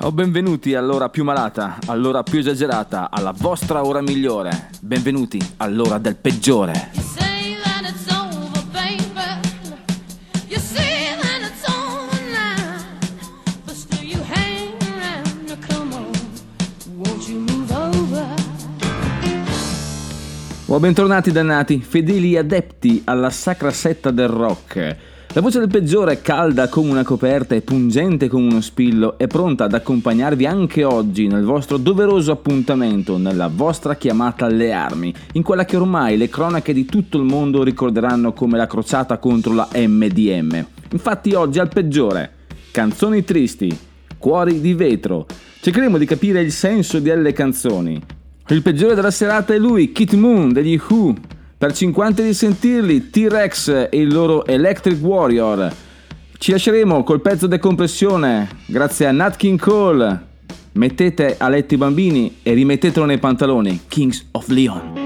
O benvenuti all'ora più malata, all'ora più esagerata, alla vostra ora migliore. Benvenuti all'ora del peggiore. Oh, bentornati dannati, fedeli adepti alla sacra setta del rock. La voce del peggiore, calda come una coperta e pungente come uno spillo, è pronta ad accompagnarvi anche oggi nel vostro doveroso appuntamento, nella vostra chiamata alle armi, in quella che ormai le cronache di tutto il mondo ricorderanno come la crociata contro la MDM. Infatti oggi al peggiore, canzoni tristi, cuori di vetro, cercheremo di capire il senso delle canzoni. Il peggiore della serata è lui, Keith Moon degli Who. Per 50 di sentirli, T-Rex e il loro Electric Warrior. Ci lasceremo col pezzo decompressione, grazie a Nat King Cole. Mettete a letto i bambini e rimettetelo nei pantaloni, Kings of Leon.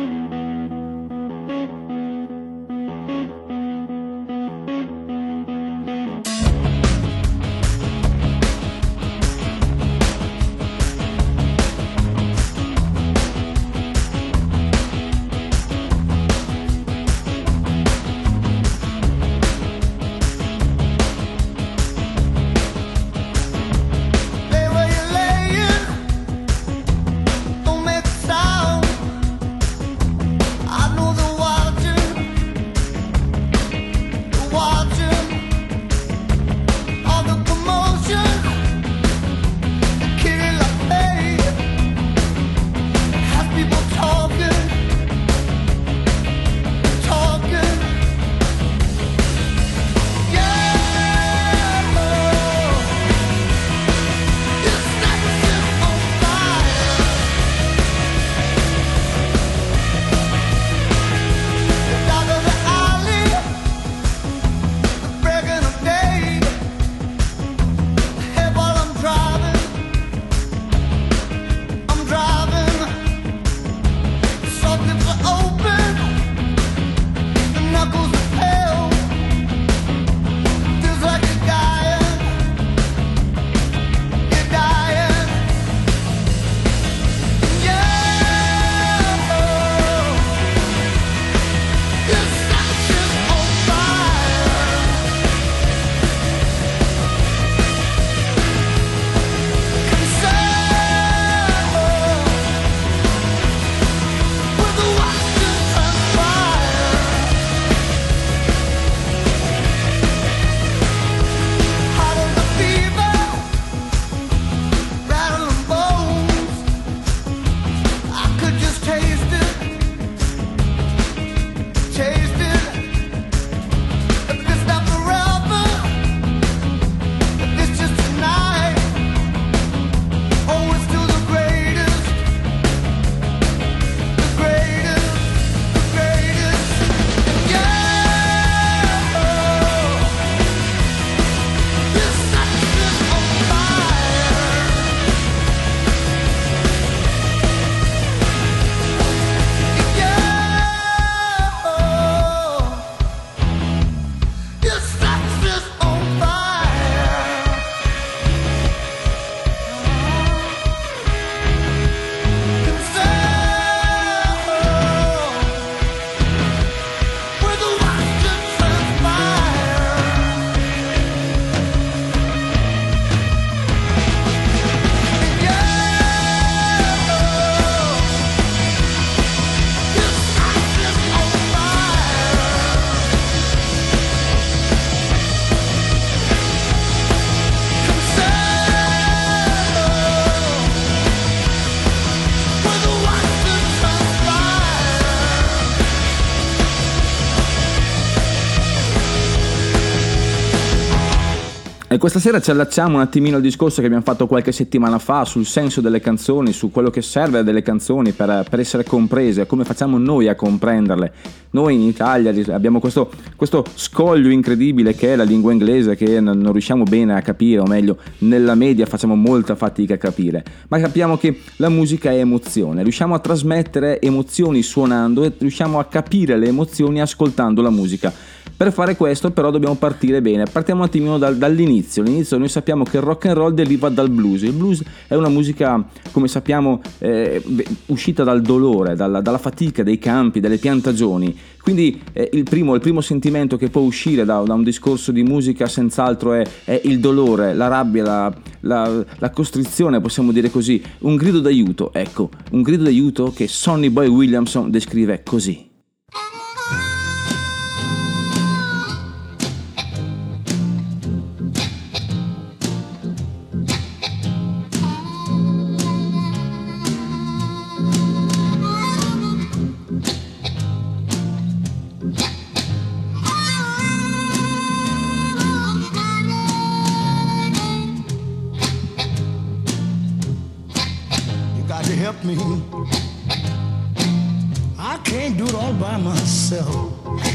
E questa sera ci allacciamo un attimino al discorso che abbiamo fatto qualche settimana fa sul senso delle canzoni, su quello che serve delle canzoni per essere comprese, come facciamo noi a comprenderle. Noi in Italia abbiamo questo scoglio incredibile che è la lingua inglese, che non riusciamo bene a capire, o meglio, nella media facciamo molta fatica a capire, ma capiamo che la musica è emozione, riusciamo a trasmettere emozioni suonando e riusciamo a capire le emozioni ascoltando la musica. Per fare questo però dobbiamo partire bene, partiamo un attimino dall'inizio. All'inizio noi sappiamo che il rock and roll deriva dal blues. Il blues è una musica, come sappiamo, uscita dal dolore, dalla fatica dei campi, dalle piantagioni. Quindi il primo sentimento che può uscire da un discorso di musica senz'altro è il dolore, la rabbia, la costrizione, possiamo dire così, un grido d'aiuto, ecco, un grido d'aiuto che Sonny Boy Williamson descrive così. Help me. I can't do it all by myself.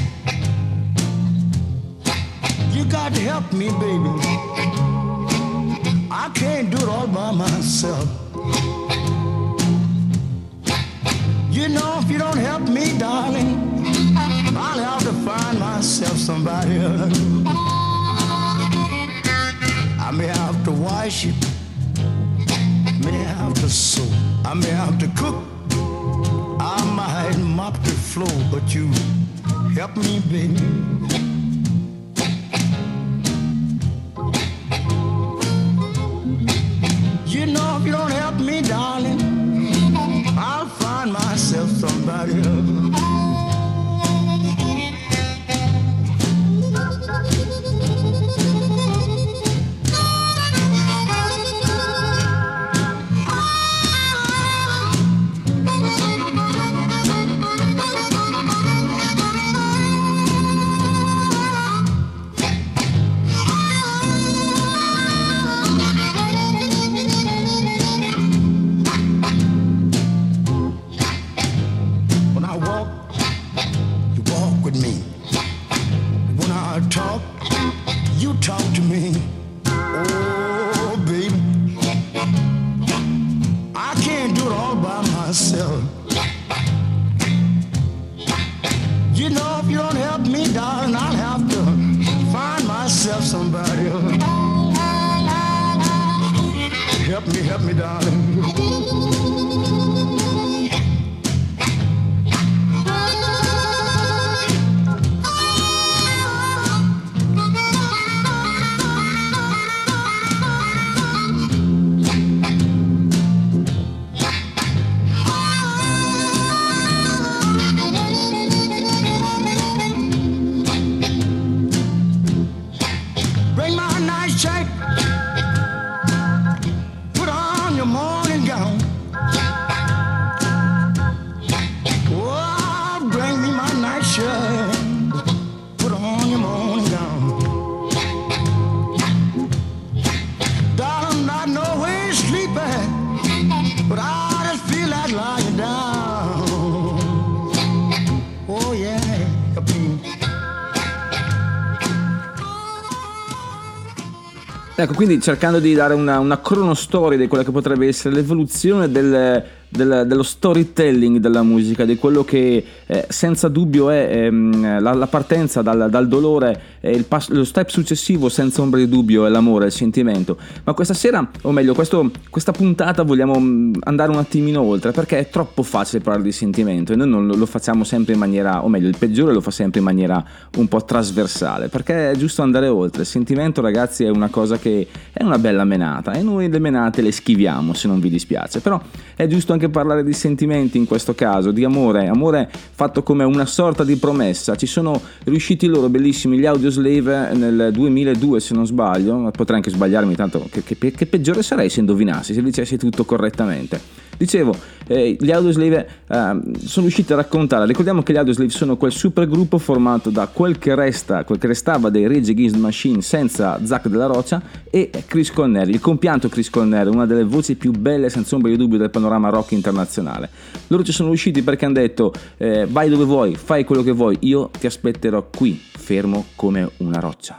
You got to help me, baby. I can't do it all by myself. You know, if you don't help me, darling, I'll have to find myself somebody else. I may have to wash it, may have to sew, I may have to cook, I might mop the floor, but you help me, baby. You know, if you don't help me, darling, I'll find myself somebody else. Help me, darling. Bring my nice shape. Ecco, quindi cercando di dare una cronostoria di quella che potrebbe essere l'evoluzione dello storytelling della musica, di quello che senza dubbio è la partenza dal dolore, lo step successivo senza ombra di dubbio è l'amore, il sentimento. Ma questa sera, o meglio questa puntata, vogliamo andare un attimino oltre, perché è troppo facile parlare di sentimento e noi non lo facciamo sempre in maniera, o meglio il peggiore lo fa sempre in maniera un po' trasversale, perché è giusto andare oltre. Il sentimento, ragazzi, è una cosa che è una bella menata e noi le menate le schiviamo, se non vi dispiace, però è giusto anche parlare di sentimenti, in questo caso di amore fatto come una sorta di promessa. Ci sono riusciti loro bellissimi, gli Audioslave, nel 2002 se non sbaglio, potrei anche sbagliarmi, tanto che peggiore sarei se indovinassi, se dicessi tutto correttamente. Dicevo, gli Audioslave sono riusciti a raccontare, ricordiamo che gli Audioslave sono quel supergruppo formato da quel che restava dei Rage Against the Machine senza Zac della Rocha e Chris Cornell, il compianto Chris Cornell, una delle voci più belle senza ombra di dubbio del panorama rock internazionale. Loro ci sono riusciti perché hanno detto vai dove vuoi, fai quello che vuoi, io ti aspetterò qui, fermo come una roccia.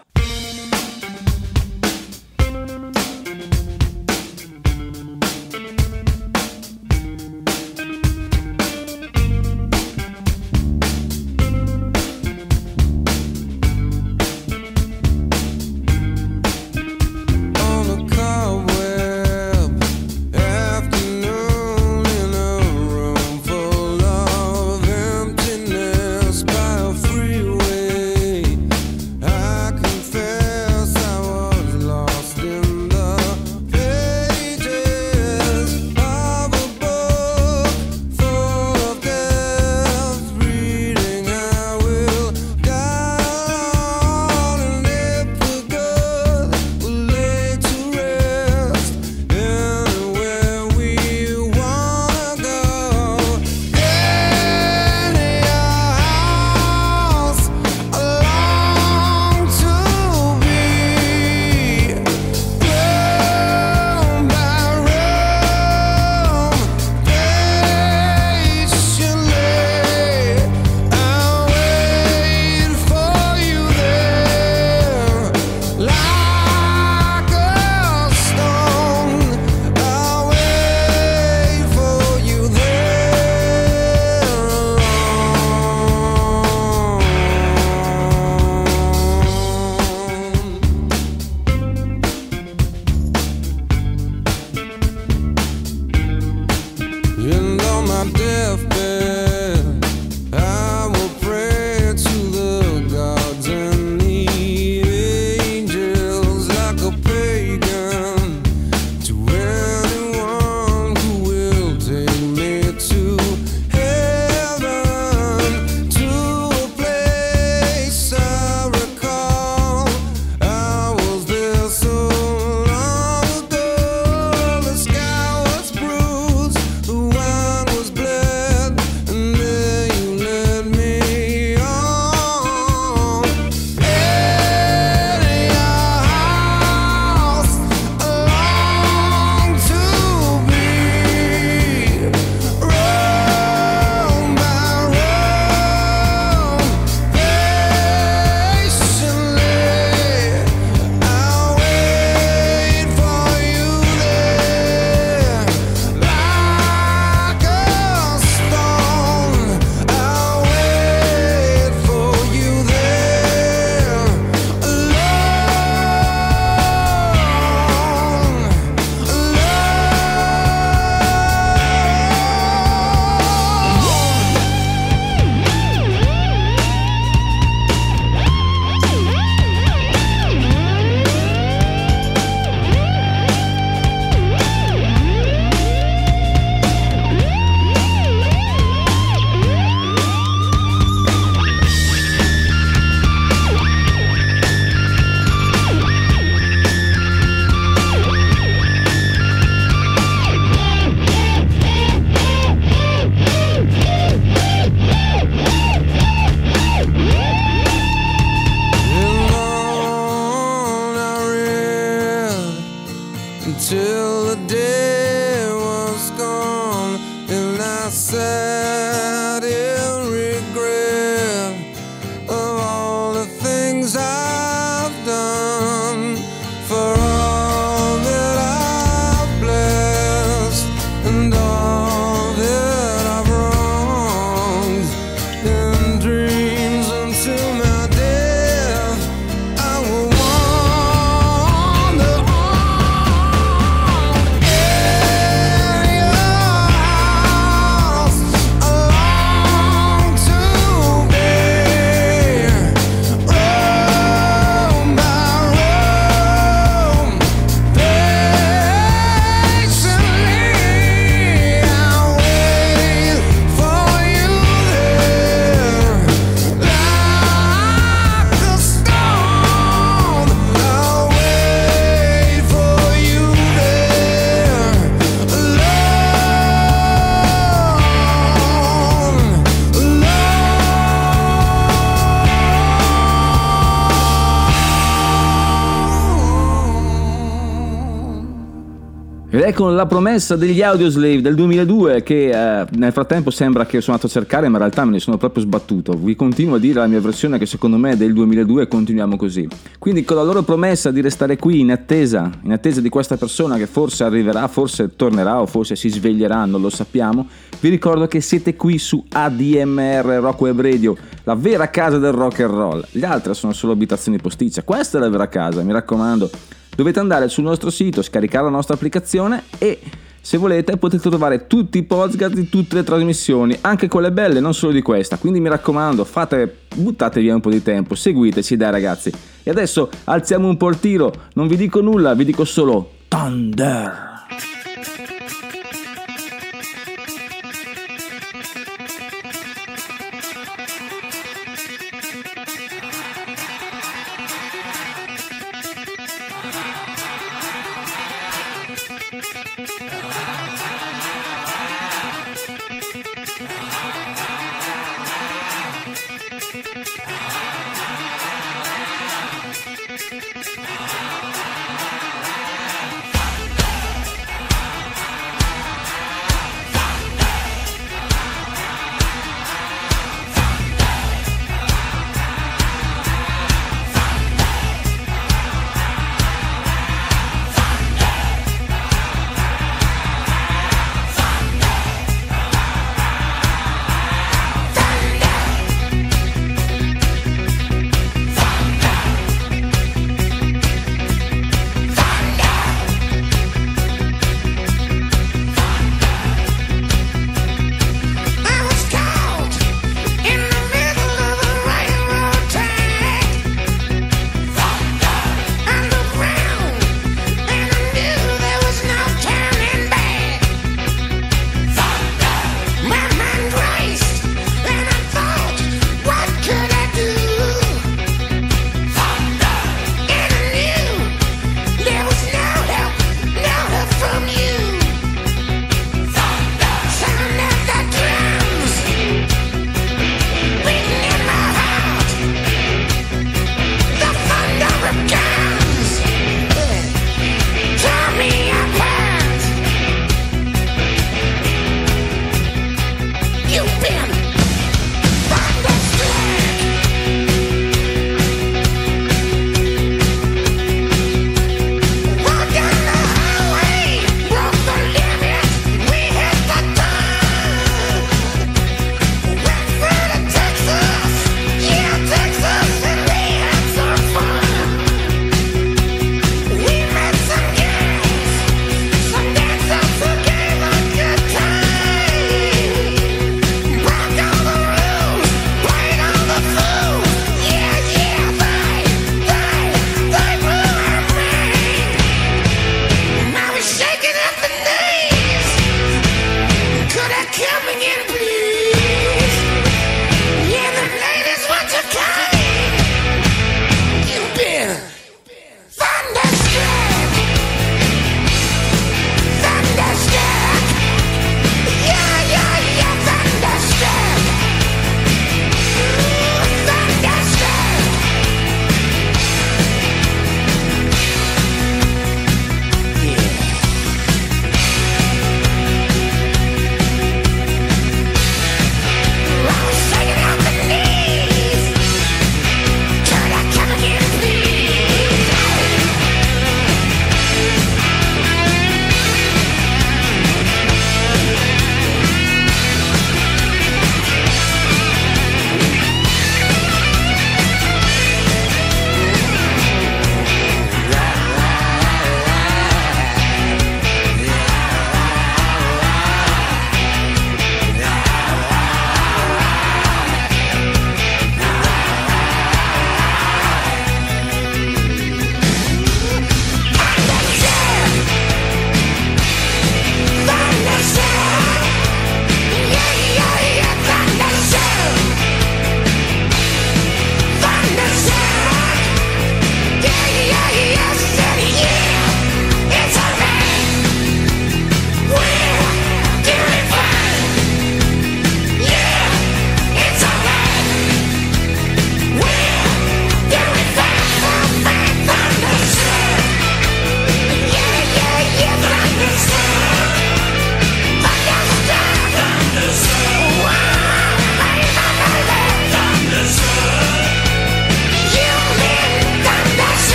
Ed è con la promessa degli Audioslave del 2002 che nel frattempo sembra che sono andato a cercare, ma in realtà me ne sono proprio sbattuto. Vi continuo a dire la mia versione che secondo me è del 2002 e continuiamo così. Quindi con la loro promessa di restare qui in attesa di questa persona che forse arriverà, forse tornerà o forse si sveglierà, non lo sappiamo, vi ricordo che siete qui su ADMR Rock Web Radio, la vera casa del rock and roll. Le altre sono solo abitazioni posticce, questa è la vera casa, mi raccomando. Dovete andare sul nostro sito, scaricare la nostra applicazione e se volete potete trovare tutti i podcast di tutte le trasmissioni, anche quelle belle, non solo di questa. Quindi mi raccomando, buttate via un po' di tempo, seguiteci dai ragazzi. E adesso alziamo un po' il tiro, non vi dico nulla, vi dico solo Thunder.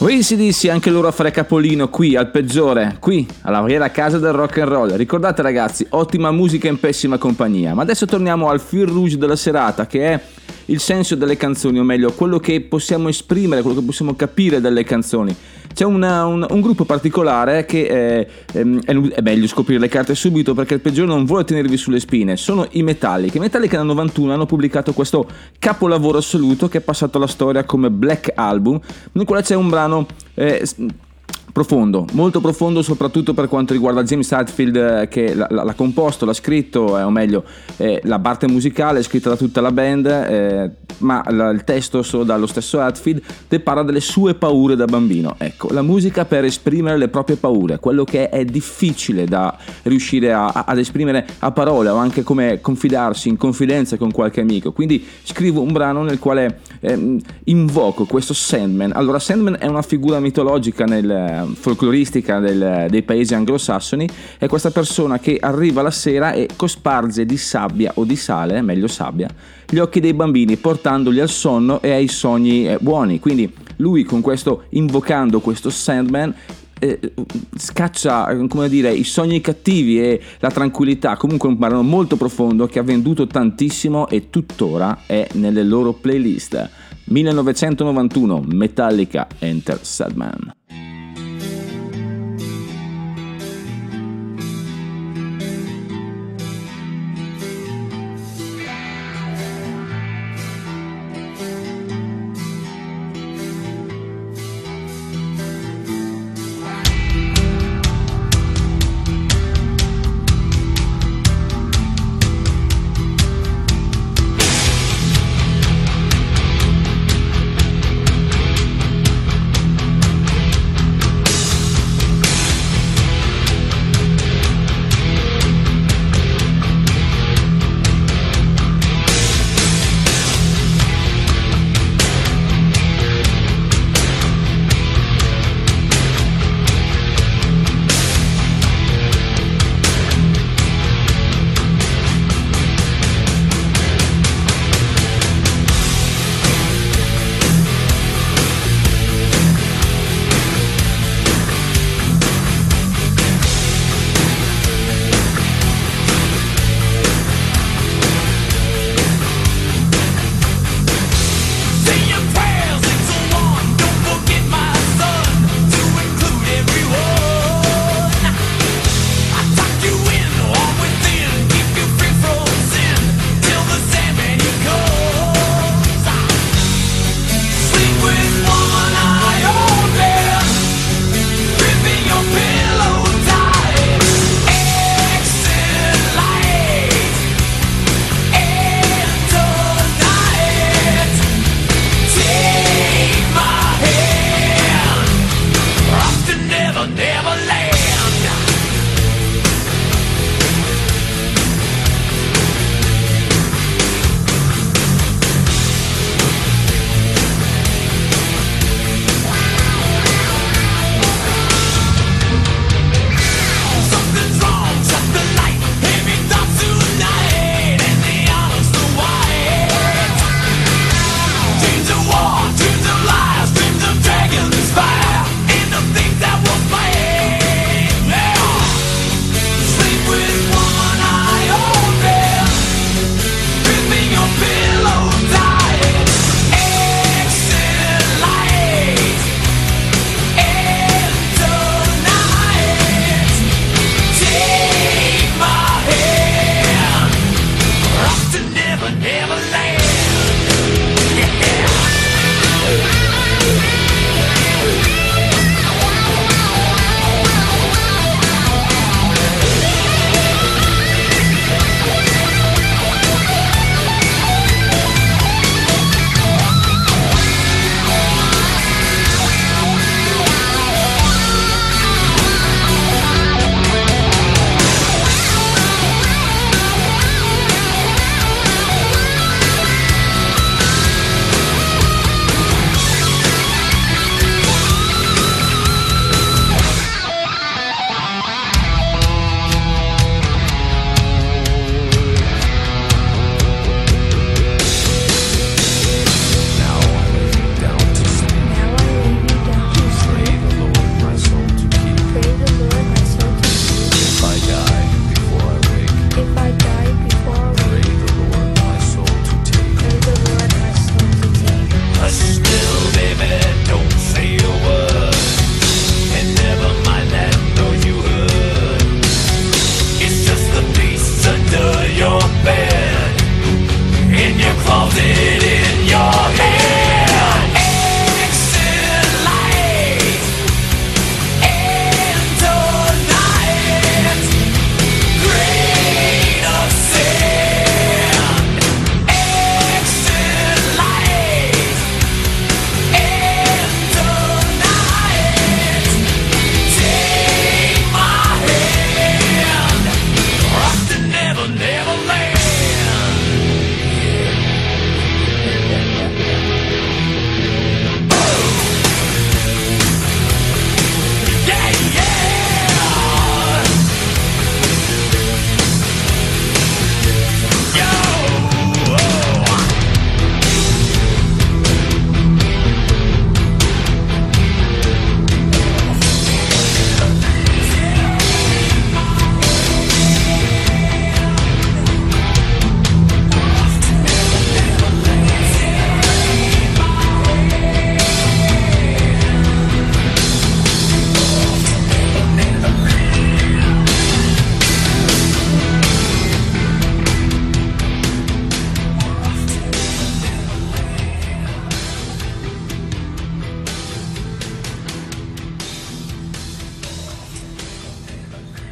AC/DC, anche loro a fare capolino qui al peggiore, qui alla vera casa del rock and roll. Ricordate ragazzi, ottima musica in pessima compagnia. Ma adesso torniamo al fil rouge della serata, che è il senso delle canzoni, o meglio quello che possiamo esprimere, quello che possiamo capire dalle canzoni. C'è un gruppo particolare che è meglio scoprire le carte subito, perché il peggiore non vuole tenervi sulle spine. Sono i Metallica. I Metallica nel 91 hanno pubblicato questo capolavoro assoluto che è passato alla storia come Black Album, nel quale c'è un brano profondo, molto profondo, soprattutto per quanto riguarda James Hetfield, che l'ha composto, l'ha scritto, o meglio la parte musicale è scritta da tutta la band, ma il testo solo dallo stesso Hetfield, che parla delle sue paure da bambino. Ecco, la musica per esprimere le proprie paure, quello che è difficile da riuscire ad esprimere a parole, o anche come confidarsi in confidenza con qualche amico. Quindi scrivo un brano nel quale invoco questo Sandman. Allora, Sandman è una figura mitologica folcloristica dei paesi anglosassoni. È questa persona che arriva la sera e cosparge di sabbia o di sale, meglio sabbia, gli occhi dei bambini, portandoli al sonno e ai sogni buoni. Quindi lui, con questo, invocando questo Sandman, scaccia, come dire, i sogni cattivi e la tranquillità. Comunque un brano molto profondo che ha venduto tantissimo e tuttora è nelle loro playlist. 1991, Metallica, Enter Sandman.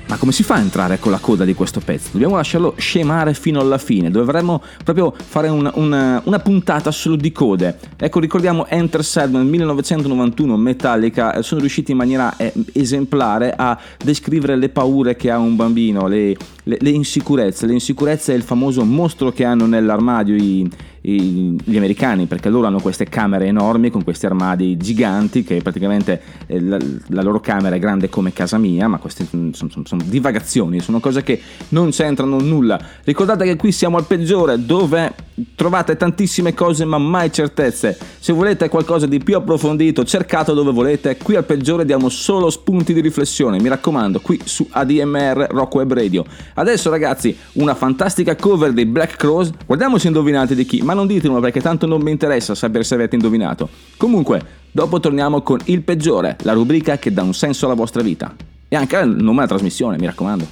Ma come si fa a entrare con la coda di questo pezzo? Dobbiamo lasciarlo scemare fino alla fine. Dovremmo proprio fare una puntata solo di code. Ecco, ricordiamo Enter Sandman 1991, Metallica. Sono riusciti in maniera esemplare a descrivere le paure che ha un bambino, le insicurezze. Le insicurezze è il famoso mostro che hanno nell'armadio gli americani, perché loro hanno queste camere enormi con questi armadi giganti che praticamente la loro camera è grande come casa mia, ma queste sono divagazioni, sono cose che non c'entrano nulla. Ricordate che qui siamo al peggiore, dove trovate tantissime cose ma mai certezze. Se volete qualcosa di più approfondito, cercate dove volete. Qui al peggiore diamo solo spunti di riflessione, mi raccomando, qui su ADMR Rock Web Radio. Adesso ragazzi, una fantastica cover dei Black Crowes. Guardiamo se indovinate di chi, ma non ditemelo perché tanto non mi interessa sapere se avete indovinato. Comunque, dopo torniamo con Il Peggiore, la rubrica che dà un senso alla vostra vita. E anche al nome della trasmissione, mi raccomando.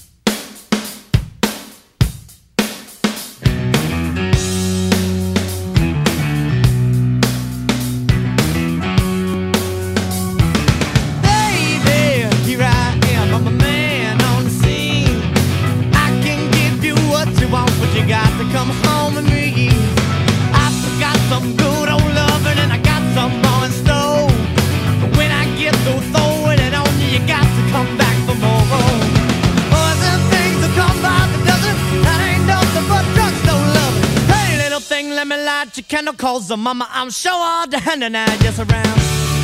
Candle calls the mama, I'm sure all the hand and I just around.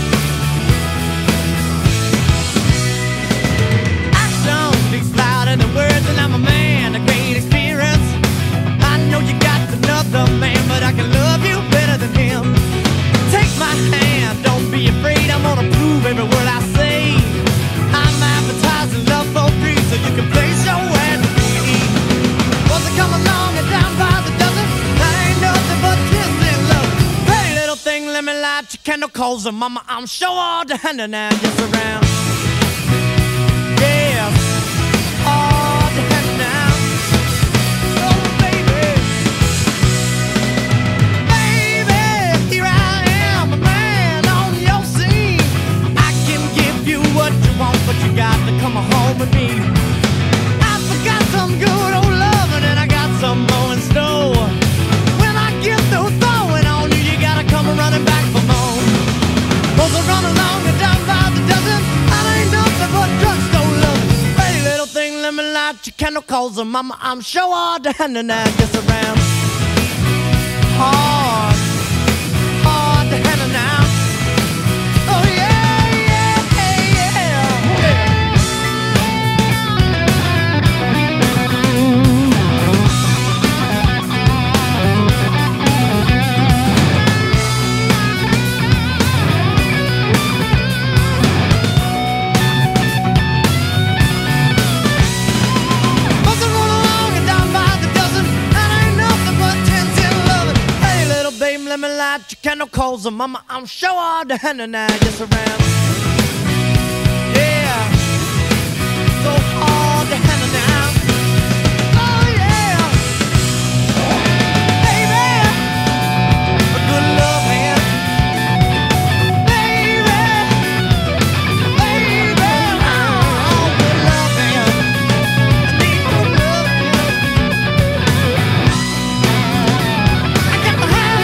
Action speaks louder than words, and I'm a man of great experience. I know you got another man, but I can love you better than him. Take my hand, don't be afraid, I'm gonna prove every word I say. I'm advertising love for free, so you can place your ad to me. Once I come along and down by the dozen, that ain't nothing but let me light your candle calls and mama, I'm sure all the hand and I just around. Yeah, all the hand now. Oh baby, baby, here I am, a man on your scene. I can give you what you want, but you got to come home with me. I forgot some good old loving and I got some more in store. When I get through throwing on you, you gotta come running back for more. Cause I run along and down by the dozen, I ain't nothing but drugstore loving. Hey little thing, let me light your candle calls and mama, I'm sure all the hand and I just around. Hard, hard to handle now. Oh yeah, yeah, yeah, yeah. Let me light your candle calls and mama, I'm sure all the hand and I just around. Yeah, so hard to handle now. Oh yeah, baby, a good love hand. Baby, baby, oh, good love hand. I need good love hand. I got the hand.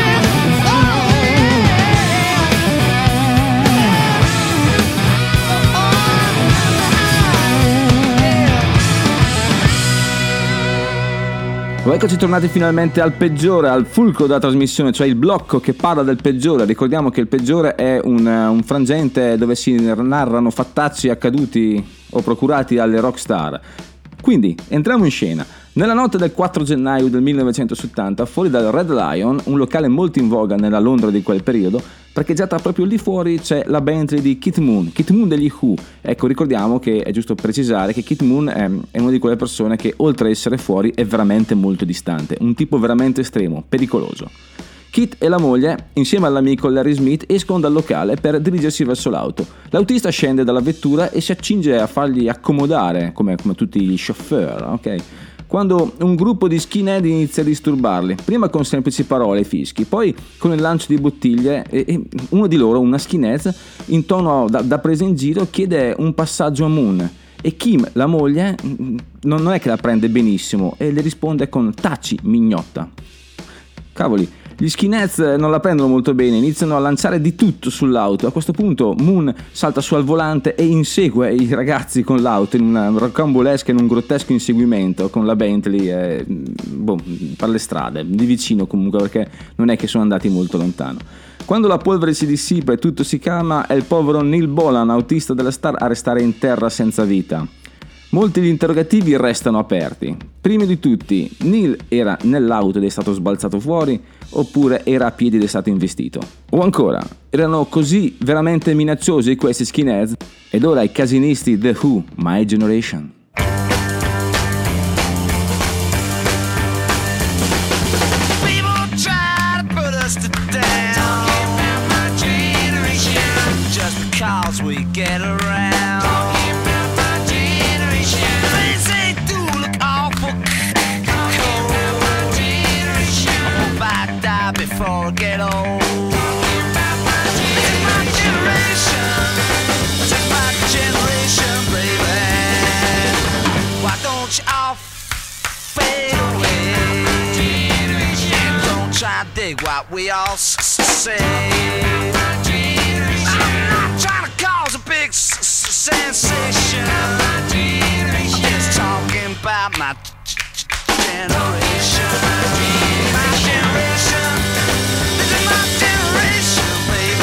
Eccoci tornati finalmente al peggiore, al fulcro della trasmissione, cioè il blocco che parla del peggiore. Ricordiamo che il peggiore è un frangente dove si narrano fattacci accaduti o procurati alle rockstar. Quindi entriamo in scena. Nella notte del 4 gennaio del 1970, fuori dal Red Lion, un locale molto in voga nella Londra di quel periodo, parcheggiata proprio lì fuori c'è la Bentley di Keith Moon degli Who. Ecco, ricordiamo che è giusto precisare che Keith Moon è una di quelle persone che oltre a essere fuori è veramente molto distante, un tipo veramente estremo, pericoloso. Keith e la moglie, insieme all'amico Larry Smith, escono dal locale per dirigersi verso l'auto. L'autista scende dalla vettura e si accinge a fargli accomodare, come tutti gli chauffeur, ok? Quando un gruppo di skinhead inizia a disturbarli, prima con semplici parole e fischi, poi con il lancio di bottiglie, e uno di loro, una skinhead, in tono da presa in giro, chiede un passaggio a Moon. e Kim, la moglie, non è che la prende benissimo e le risponde con taci mignotta. Cavoli, gli skinheads non la prendono molto bene, iniziano a lanciare di tutto sull'auto. A questo punto Moon salta su al volante e insegue i ragazzi con l'auto in un rocambolesco e in un grottesco inseguimento con la Bentley per le strade, di vicino comunque, perché non è che sono andati molto lontano. Quando la polvere si dissipa e tutto si calma, è il povero Neil Bolan, autista della star, a restare in terra senza vita. Molti gli interrogativi restano aperti. Primo di tutti, Neil era nell'auto ed è stato sbalzato fuori, oppure era a piedi ed è stato investito? O ancora, erano così veramente minacciosi questi skinheads? Ed ora i casinisti The Who, My Generation. We get around. Talking about my generation. Things they do look awful cold. My generation. I hope I die before I get old. Talking about my generation. This is my generation, baby. Why don't you all fade away? Don't try to dig what we all say. Cause a big sensation. I'm just talking about my generation. My generation. This is my generation,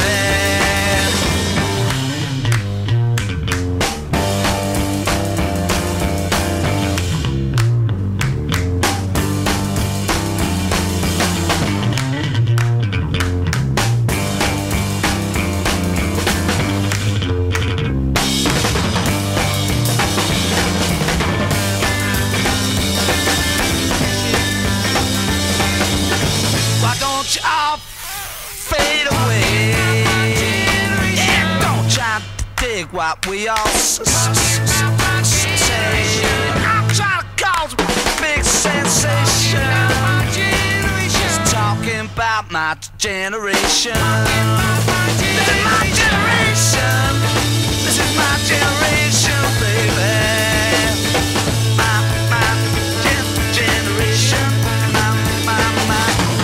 what we all say. I'm trying to cause a big sensation. Just talking about my generation. This is my generation. This is my generation, baby. My generation. My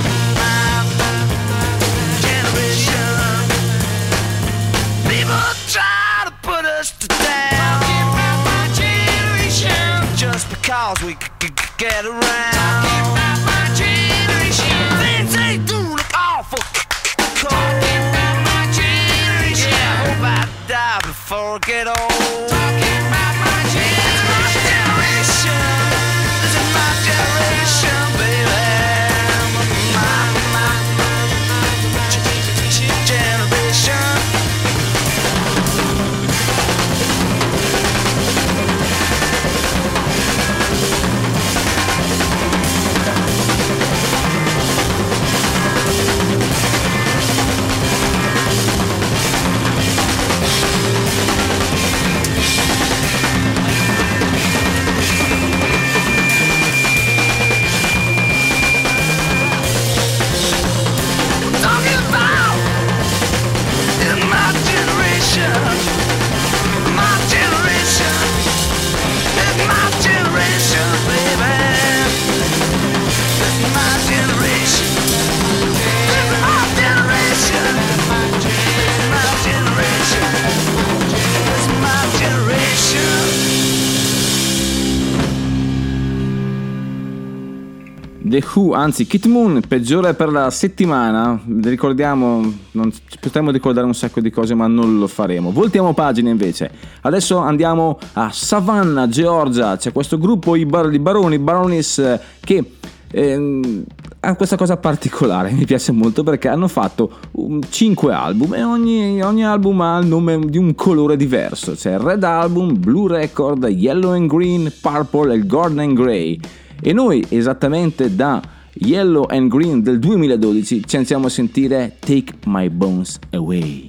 generation. People try to put us down. Talking about my generation. Just because we get around. Talking about my generation. Things they do look awful cold. Talking about my generation. Yeah, I hope I die before I get old. Talking about my generation. This is my generation, baby. My generation. The Who, anzi Kit Moon, peggiore per la settimana. Ricordiamo, potremmo ricordare un sacco di cose ma non lo faremo. Voltiamo pagina invece. Adesso andiamo a Savannah, Georgia. C'è questo gruppo, i Baronis, che ha questa cosa particolare, mi piace molto perché hanno fatto 5 album e ogni album ha il nome di un colore diverso. C'è Red Album, Blue Record, Yellow and Green, Purple e Golden and Grey. E noi esattamente da Yellow and Green del 2012 ci andiamo a sentire Take My Bones Away.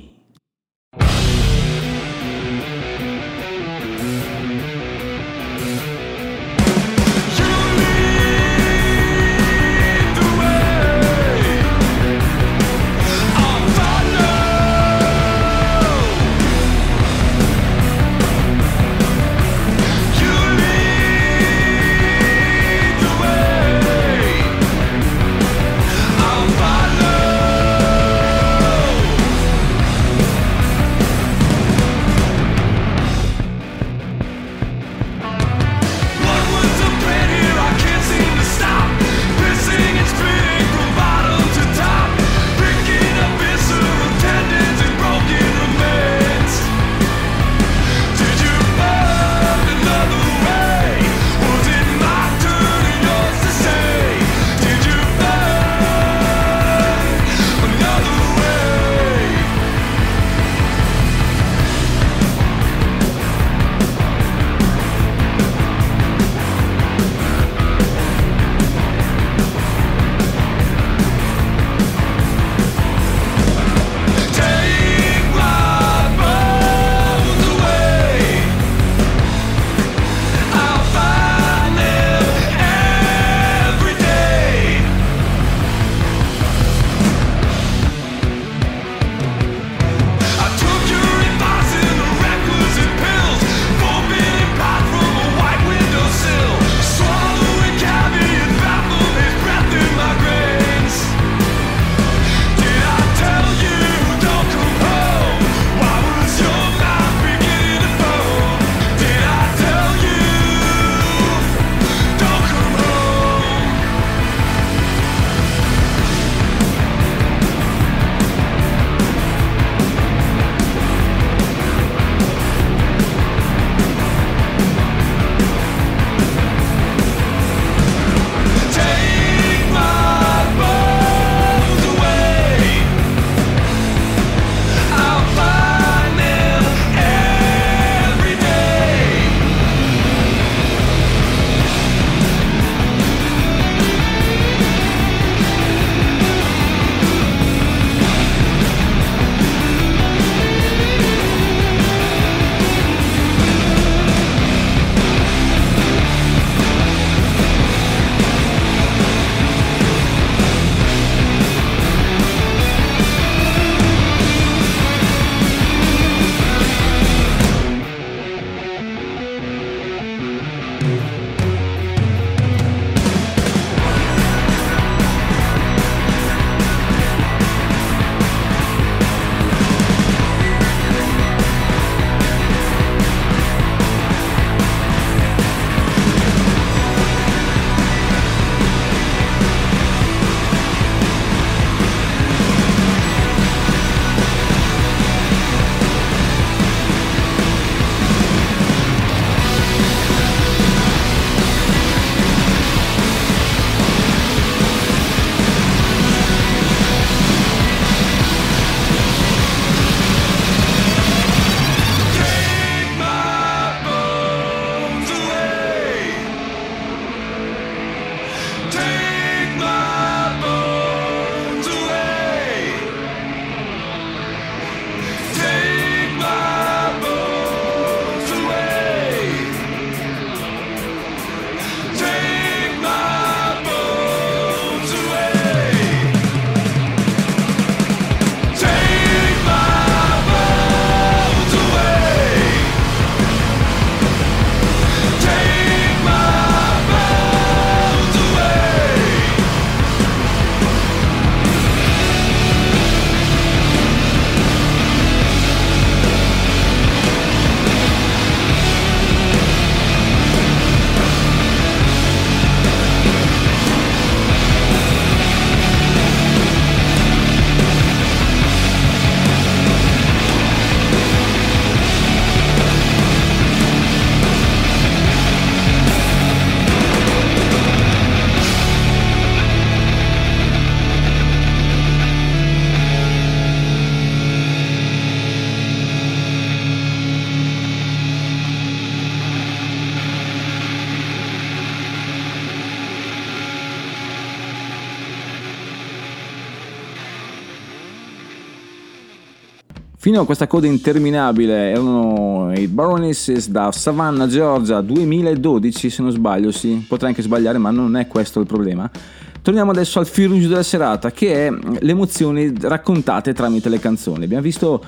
Fino a questa coda interminabile erano i Baronesses da Savannah, Georgia, 2012 se non sbaglio, sì, potrei anche sbagliare ma non è questo il problema. Torniamo adesso al fil rouge della serata, che è le emozioni raccontate tramite le canzoni. Abbiamo visto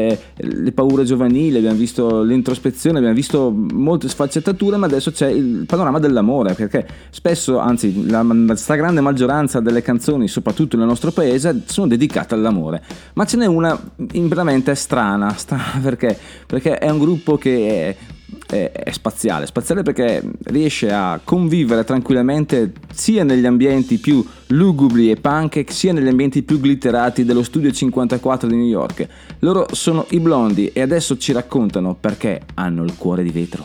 le paure giovanili, abbiamo visto l'introspezione, abbiamo visto molte sfaccettature, ma adesso c'è il panorama dell'amore, perché spesso, anzi la stragrande maggioranza delle canzoni, soprattutto nel nostro paese, sono dedicate all'amore. Ma ce n'è una veramente strana perché è un gruppo che è spaziale perché riesce a convivere tranquillamente sia negli ambienti più lugubri e punk sia negli ambienti più glitterati dello Studio 54 di New York. Loro sono i Blondie e adesso ci raccontano perché hanno il cuore di vetro.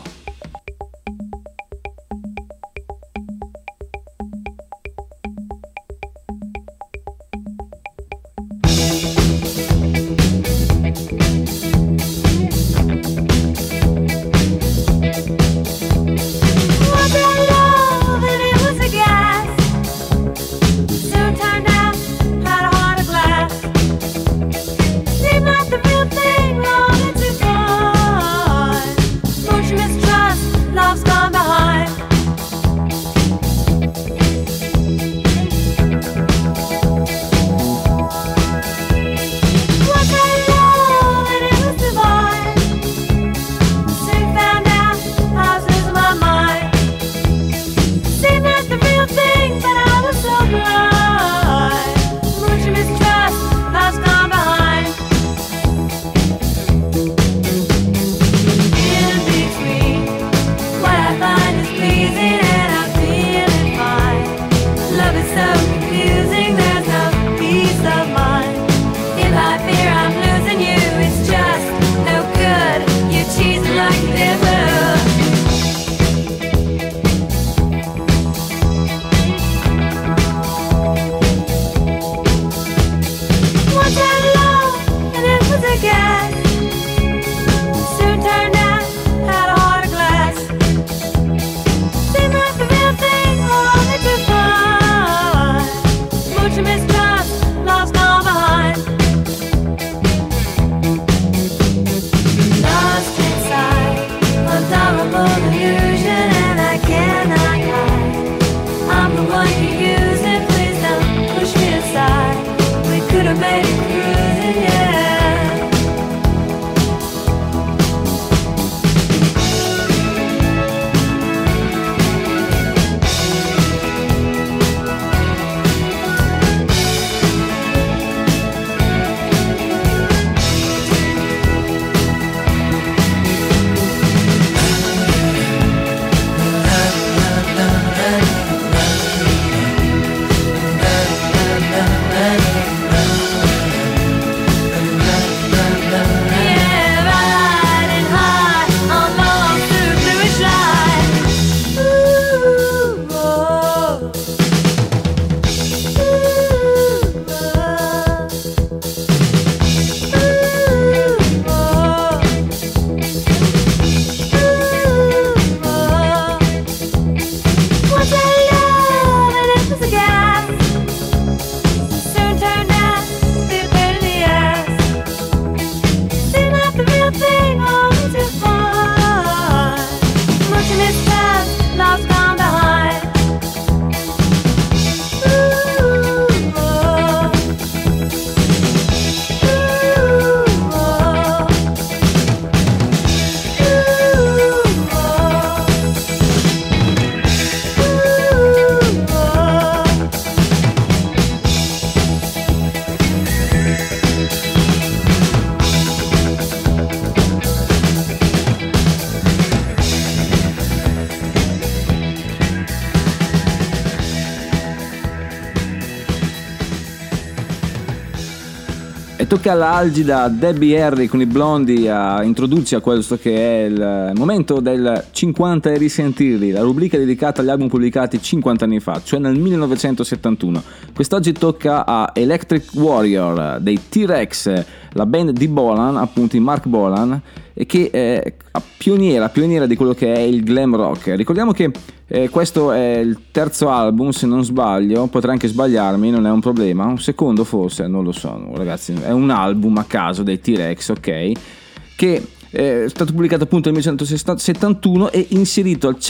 E tocca alla algida Debbie Harry con i Blondie a introdurci a questo che è il momento del 50 e risentirli, la rubrica dedicata agli album pubblicati 50 anni fa, cioè nel 1971. Quest'oggi tocca a Electric Warrior dei T-Rex, la band di Bolan, appunto di Mark Bolan, che è pioniera di quello che è il glam rock. Ricordiamo che questo è il terzo album, se non sbaglio, potrei anche sbagliarmi, non è un problema, un secondo forse, non lo so ragazzi, è un album a caso dei T-Rex, ok, che è stato pubblicato appunto nel 1971 e inserito al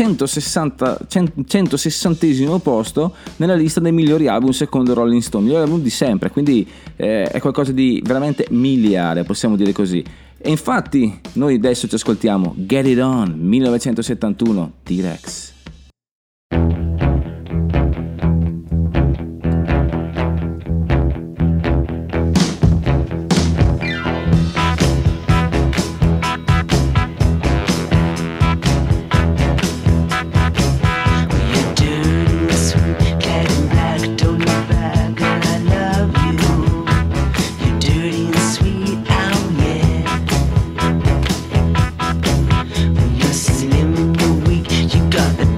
160° posto nella lista dei migliori album secondo Rolling Stone, migliori album di sempre, quindi è qualcosa di veramente miliare, possiamo dire così. E infatti noi adesso ci ascoltiamo Get It On 1971 T-Rex. Slim, you're weak, you got the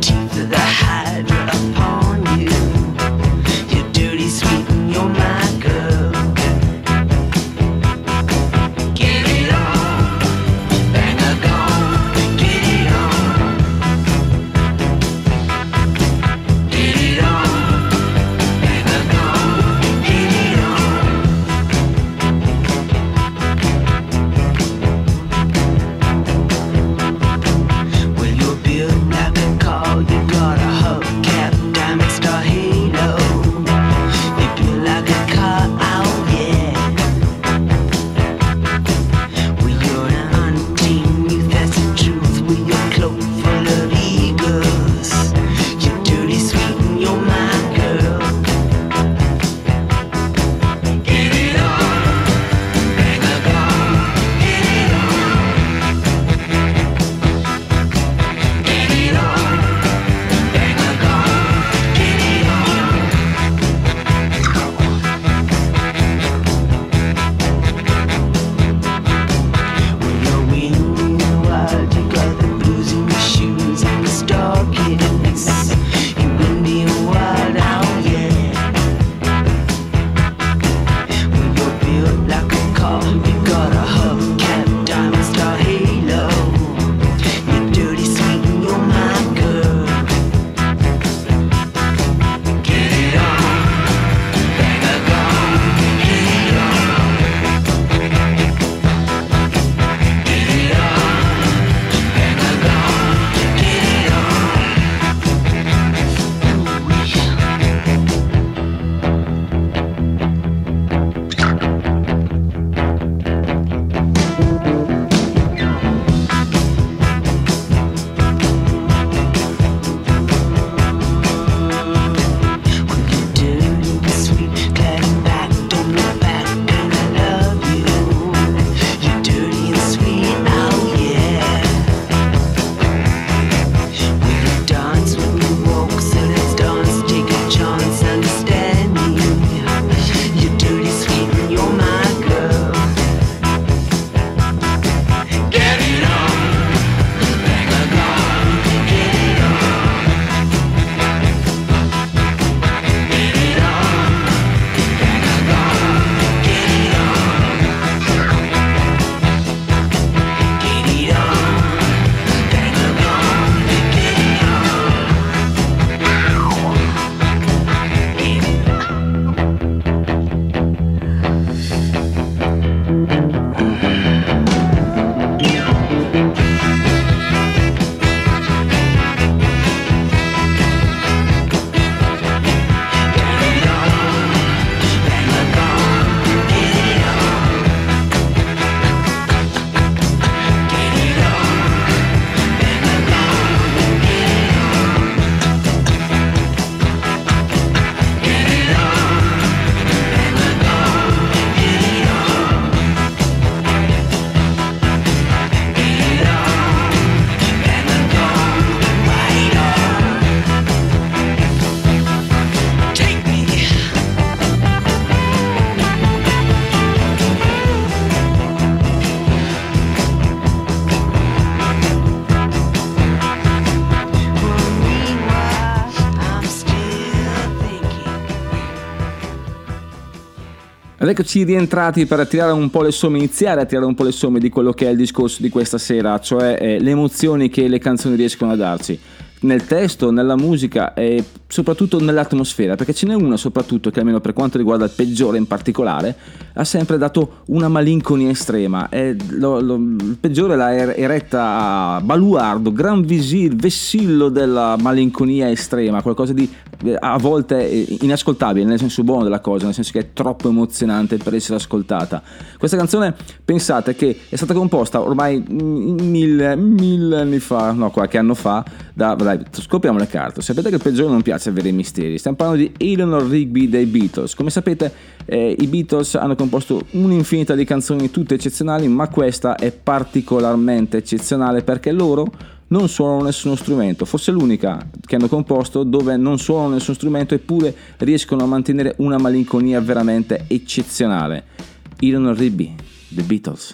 Ed eccoci rientrati per tirare un po' le somme, iniziare a tirare un po' le somme di quello che è il discorso di questa sera, cioè le emozioni che le canzoni riescono a darci. Nel testo, nella musica e soprattutto nell'atmosfera, perché ce n'è una soprattutto che, almeno per quanto riguarda il peggiore in particolare, ha sempre dato una malinconia estrema. Il peggiore l'ha eretta a baluardo, gran vessillo della malinconia estrema, qualcosa di a volte inascoltabile nel senso buono della cosa, nel senso che è troppo emozionante per essere ascoltata. Questa canzone, pensate che è stata composta ormai mille anni fa, no, qualche anno fa. Dai, scopriamo le carte. Sapete che il peggiore non piace avere i misteri. Stiamo parlando di Eleanor Rigby dei Beatles. Come sapete, i Beatles hanno composto un'infinità di canzoni tutte eccezionali, ma questa è particolarmente eccezionale perché loro non suonano nessuno strumento. Forse è l'unica che hanno composto dove non suonano nessuno strumento eppure riescono a mantenere una malinconia veramente eccezionale. Eleanor Rigby, The Beatles.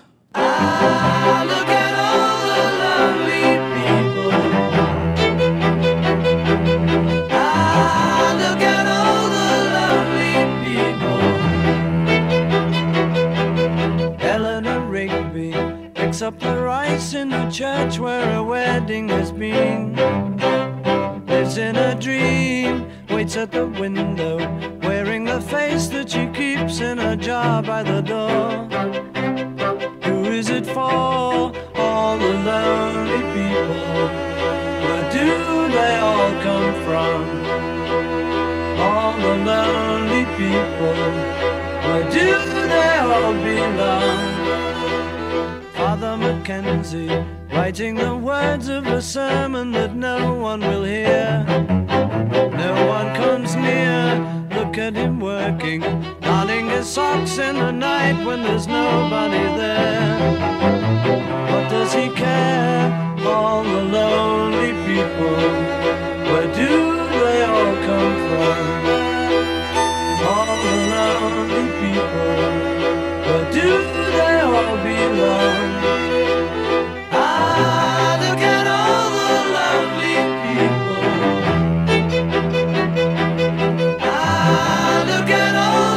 Up the rice in the church where a wedding has been. Lives in a dream, waits at the window, wearing the face that she keeps in a jar by the door. Who is it for? All the lonely people. Where do they all come from? All the lonely people. Where do they all belong? Father Mackenzie, writing the words of a sermon that no one will hear. No one comes near, look at him working, darning his socks in the night when there's nobody there. What does he care? All the lonely people, where do they all come from? All the lonely people, where do they all belong? Ah, look at all the lonely people. Ah, look at all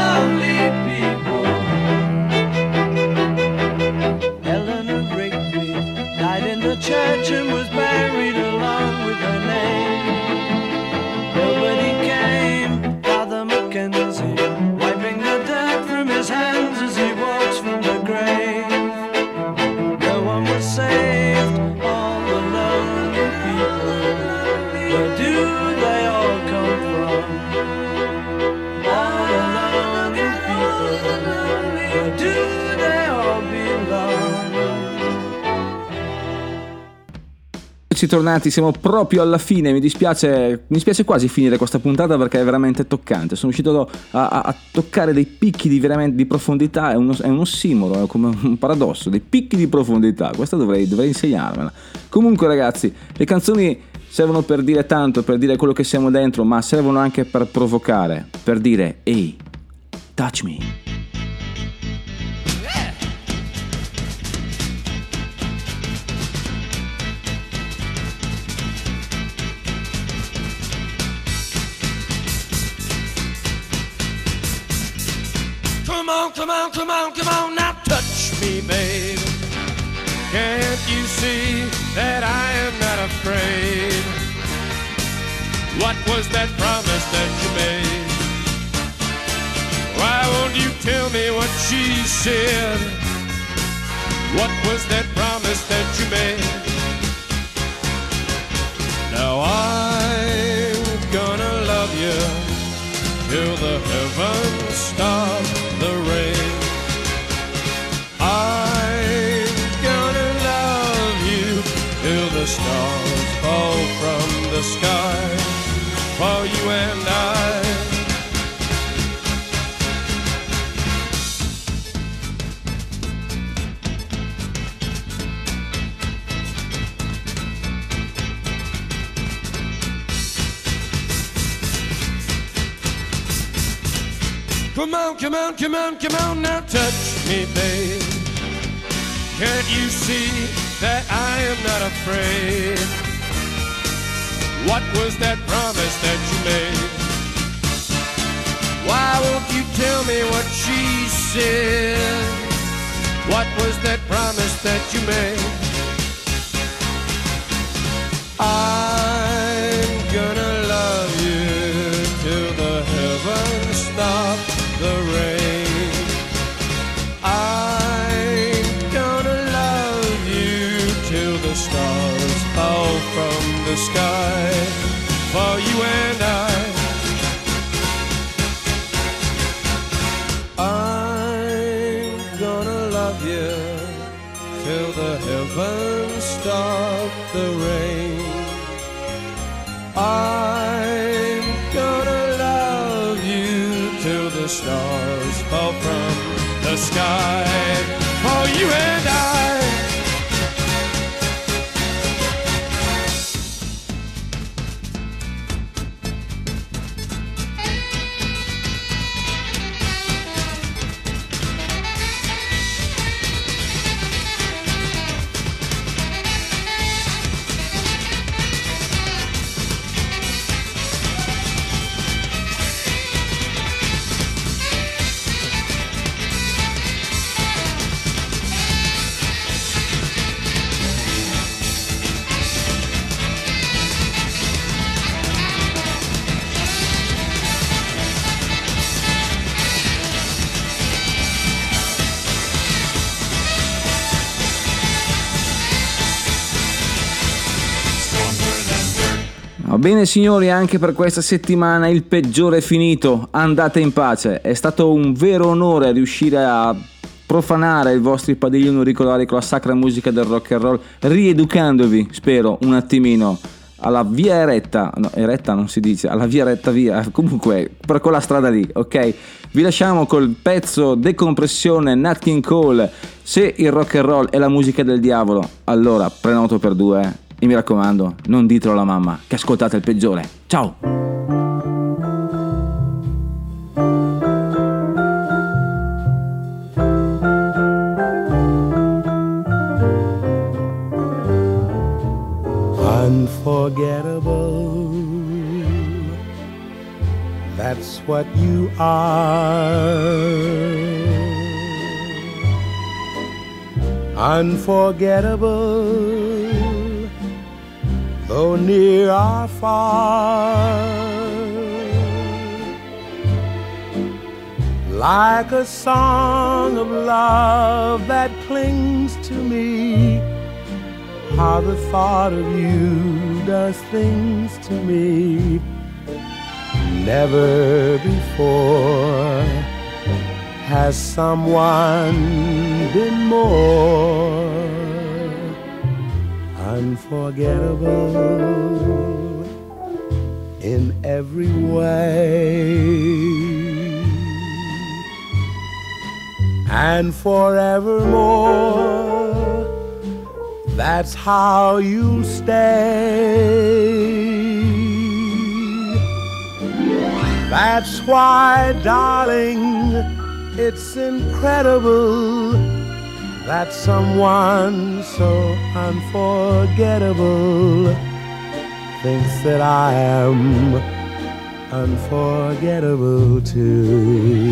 the lonely people. Eleanor Rigby died in the church and was buried along with her name. Nobody came, Father Mackenzie, wiping the dirt from his hands as he walks from the grave. No one was saved, all the lonely people. Where do they all come from? All the lonely people. Where do they all belong? Eccoci tornati, siamo proprio alla fine. Mi dispiace quasi finire questa puntata perché è veramente toccante. Sono riuscito a toccare dei picchi di profondità. È un ossimoro, è come un paradosso, dei picchi di profondità. Questa dovrei insegnarmela. Comunque ragazzi, le canzoni servono per dire tanto, per dire quello che siamo dentro, ma servono anche per provocare, per dire ehi, touch me. Come on, now touch me, babe. Can't you see that I am not afraid? What was that promise that you made? Why won't you tell me what she said? What was that promise that you made? Now I'm gonna love you till the heavens stop the rain. I'm gonna love you till the stars fall from the sky for you and I. Come on, now touch me, babe. Can't you see that I am not afraid? What was that promise that you made? Why won't you tell me what she dear? What was that promise that you made? I'm gonna love you till the heavens stop the rain. I'm gonna love you till the stars fall from the sky for you and I. I'm gonna love you till the heavens stop the rain. I'm gonna love you till the stars fall from the sky for you and I. Va bene signori, anche per questa settimana il peggiore è finito, andate in pace. È stato un vero onore riuscire a profanare i vostri padiglioni auricolari con la sacra musica del rock and roll, rieducandovi, spero, un attimino alla via eretta, no, eretta non si dice, alla via retta via, comunque per quella strada lì, ok? Vi lasciamo col pezzo Decompressione Nat King Cole. Se il rock and roll è la musica del diavolo, allora prenoto per due. E mi raccomando, non ditelo alla mamma che ascoltate il peggiore. Ciao! Unforgettable, that's what you are. Unforgettable, though near or far, like a song of love that clings to me. How the thought of you does things to me. Never before has someone been more unforgettable in every way, and forevermore, that's how you'll stay. That's why, darling, it's incredible that someone so unforgettable thinks that I am unforgettable too.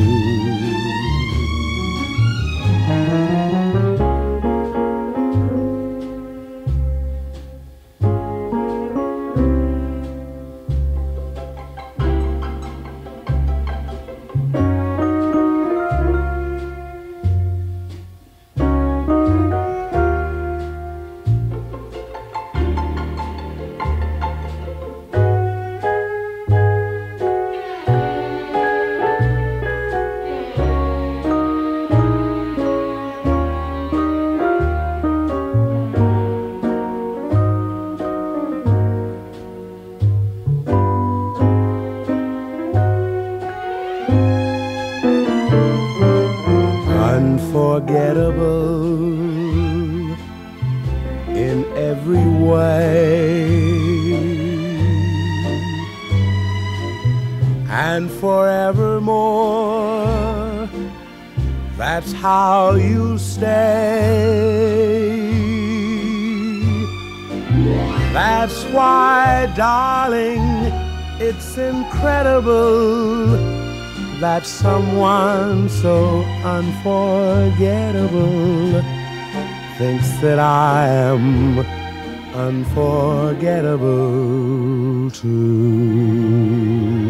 Unforgettable in every way, and forevermore, that's how you stay. That's why, darling, it's incredible that someone so unforgettable thinks that I am unforgettable too.